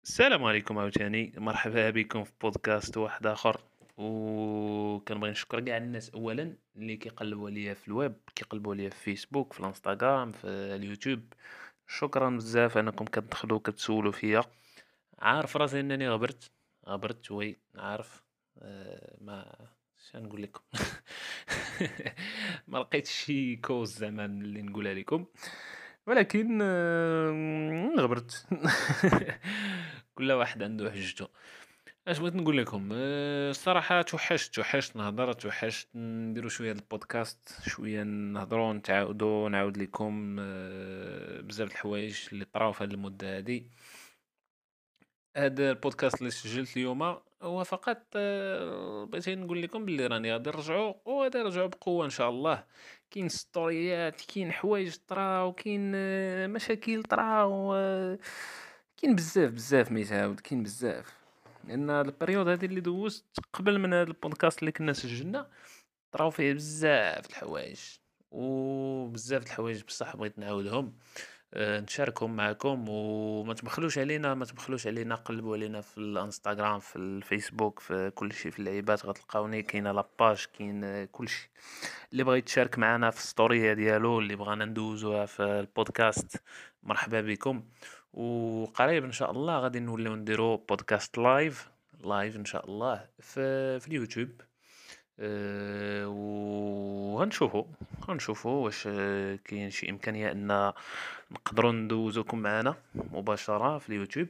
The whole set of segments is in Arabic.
السلام عليكم عاوتاني، مرحبا بكم في بودكاست واحد اخر. وكنبغي نشكر كاع الناس اولا اللي كيقلبوا عليا في الويب، كيقلبوا عليا في فيسبوك، في الانستغرام، في اليوتيوب. شكرا بزاف انكم كتدخلوا كتسولوا فيا. عارف راسي انني غبرت وي عارف. ما شنقول لكم. ما لقيتش شي كوز زعما اللي نقولها لكم، ولكن غبرت. كل واحد عنده حجته. اش بغيت نقول لكم، الصراحه توحشت نهضر، توحشت نديرو شويه د البودكاست، شويه نهضروا نتعاودوا نعاود لكم بزاف د الحوايج اللي طراو في هذه المده هذه. هذا البودكاست اللي سجلت اليوم هو فقط بغيت نقول لكم باللي راني غادي نرجعوا، وغادي نرجعوا بقوه ان شاء الله. كاين ستوريات، كاين حوايج طراو، كاين مشاكل طراو، كاين بزاف ما يتعاود، كاين بزاف. لان البريود هذه اللي دوزت قبل من هذا البودكاست اللي كنا سجلنا طراو فيه بزاف د الحوايج، وبزاف د الحوايج بصح بغيت نعاودهم نشاركهم معكم. وما تبخلوش علينا، ما تبخلوش علينا، قلبوا علينا في الانستغرام، في الفيسبوك، في كل شيء، في اللعيبات غتلقاوني كاينه لاباج، كاين كل شيء. اللي بغى يتشارك معنا في الستوري ديالو، اللي بغانا ندوزوها في البودكاست، مرحبا بكم. وقريب ان شاء الله غادي نوليو نديرو بودكاست لايف ان شاء الله في اليوتيوب. وغنشوفوا واش كاين شي امكانيه ان نقدروا ندوزوكم معنا مباشره في اليوتيوب.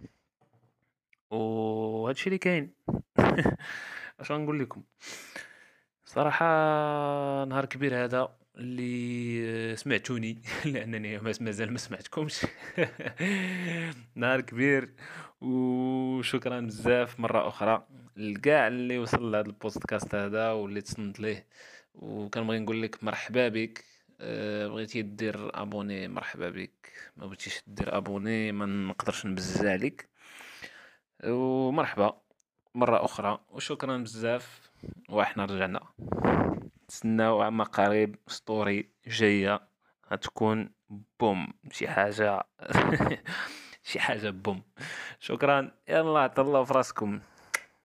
وهادشي اللي كاين. اش غنقول لكم؟ صراحه نهار كبير هذا اللي سمعتوني. لانني مازال ما سمعتكمش. نهار كبير. وشكرا بزاف مره اخرى لكاع اللي وصل لهذا البودكاست هذا واللي تصنت ليه. وكنبغي نقول لك مرحبا بك. بغيتي دير ابوني مرحبا بك، ما بغيتيش دير ابوني ما نقدرش نبزز عليك. ومرحبا مرة أخرى وشكرا بزاف. وإحنا رجعنا. تسناو عما قريب ستوري جاية، غتكون بوم شي حاجة. شي حاجة بوم. شكرا، يلا تهلاو في راسكم.